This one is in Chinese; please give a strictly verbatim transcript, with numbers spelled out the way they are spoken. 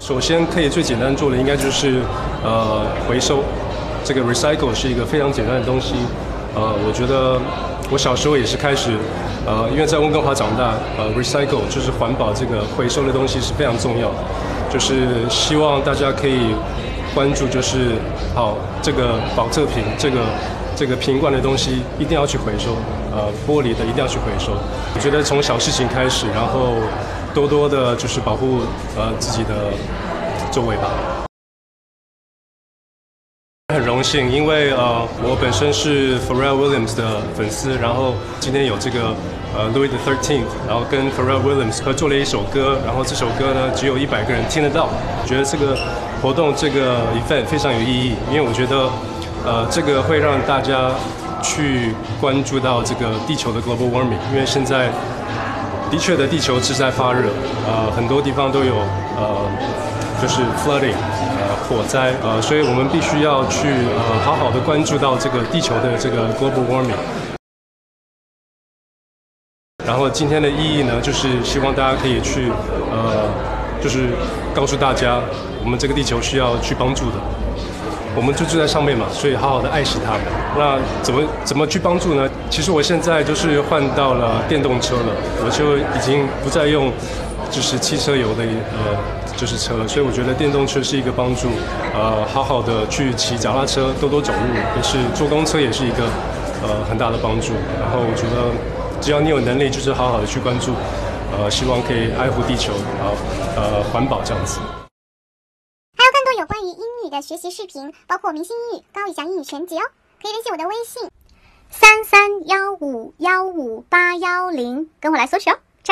首先可以最简单做的应该就是呃回收，这个 recycle 是一个非常简单的东西。呃，我觉得我小时候也是开始，呃，因为在温哥华长大，呃 recycle 就是环保这个回收的东西是非常重要的，就是希望大家可以关注，就是好这个保特瓶这个。这个瓶罐的东西一定要去回收，呃，玻璃的一定要去回收。我觉得从小事情开始，然后多多的就是保护呃自己的周围吧。很荣幸，因为呃我本身是 Pharrell Williams 的粉丝，然后今天有这个呃 Louis the thirteenth， 然后跟 Pharrell Williams 合作了一首歌，然后这首歌呢只有一百个人听得到。我觉得这个活动这个 event 非常有意义，因为我觉得。呃，这个会让大家去关注到这个地球的 global warming， 因为现在的确的地球是在发热，呃，很多地方都有呃，就是 flooding， 呃，火灾，呃，所以我们必须要去呃好好的关注到这个地球的这个 global warming。然后今天的意义呢，就是希望大家可以去呃，就是告诉大家，我们这个地球需要去帮助的。我们就住在上面嘛，所以好好的爱惜它们。那怎么怎么去帮助呢？其实我现在就是换到了电动车了，我就已经不再用就是汽车油的呃就是车了，所以我觉得电动车是一个帮助，呃，好好的去骑脚踏车，多多走路，也是坐公车也是一个呃很大的帮助。然后我觉得只要你有能力，就是好好的去关注，呃，希望可以爱护地球，然后呃环保这样子。 有关于英语的学习视频，包括明星英语、高以翔英语全集哦，可以联系我的微信三三幺五幺五八幺零，跟我来索取哦。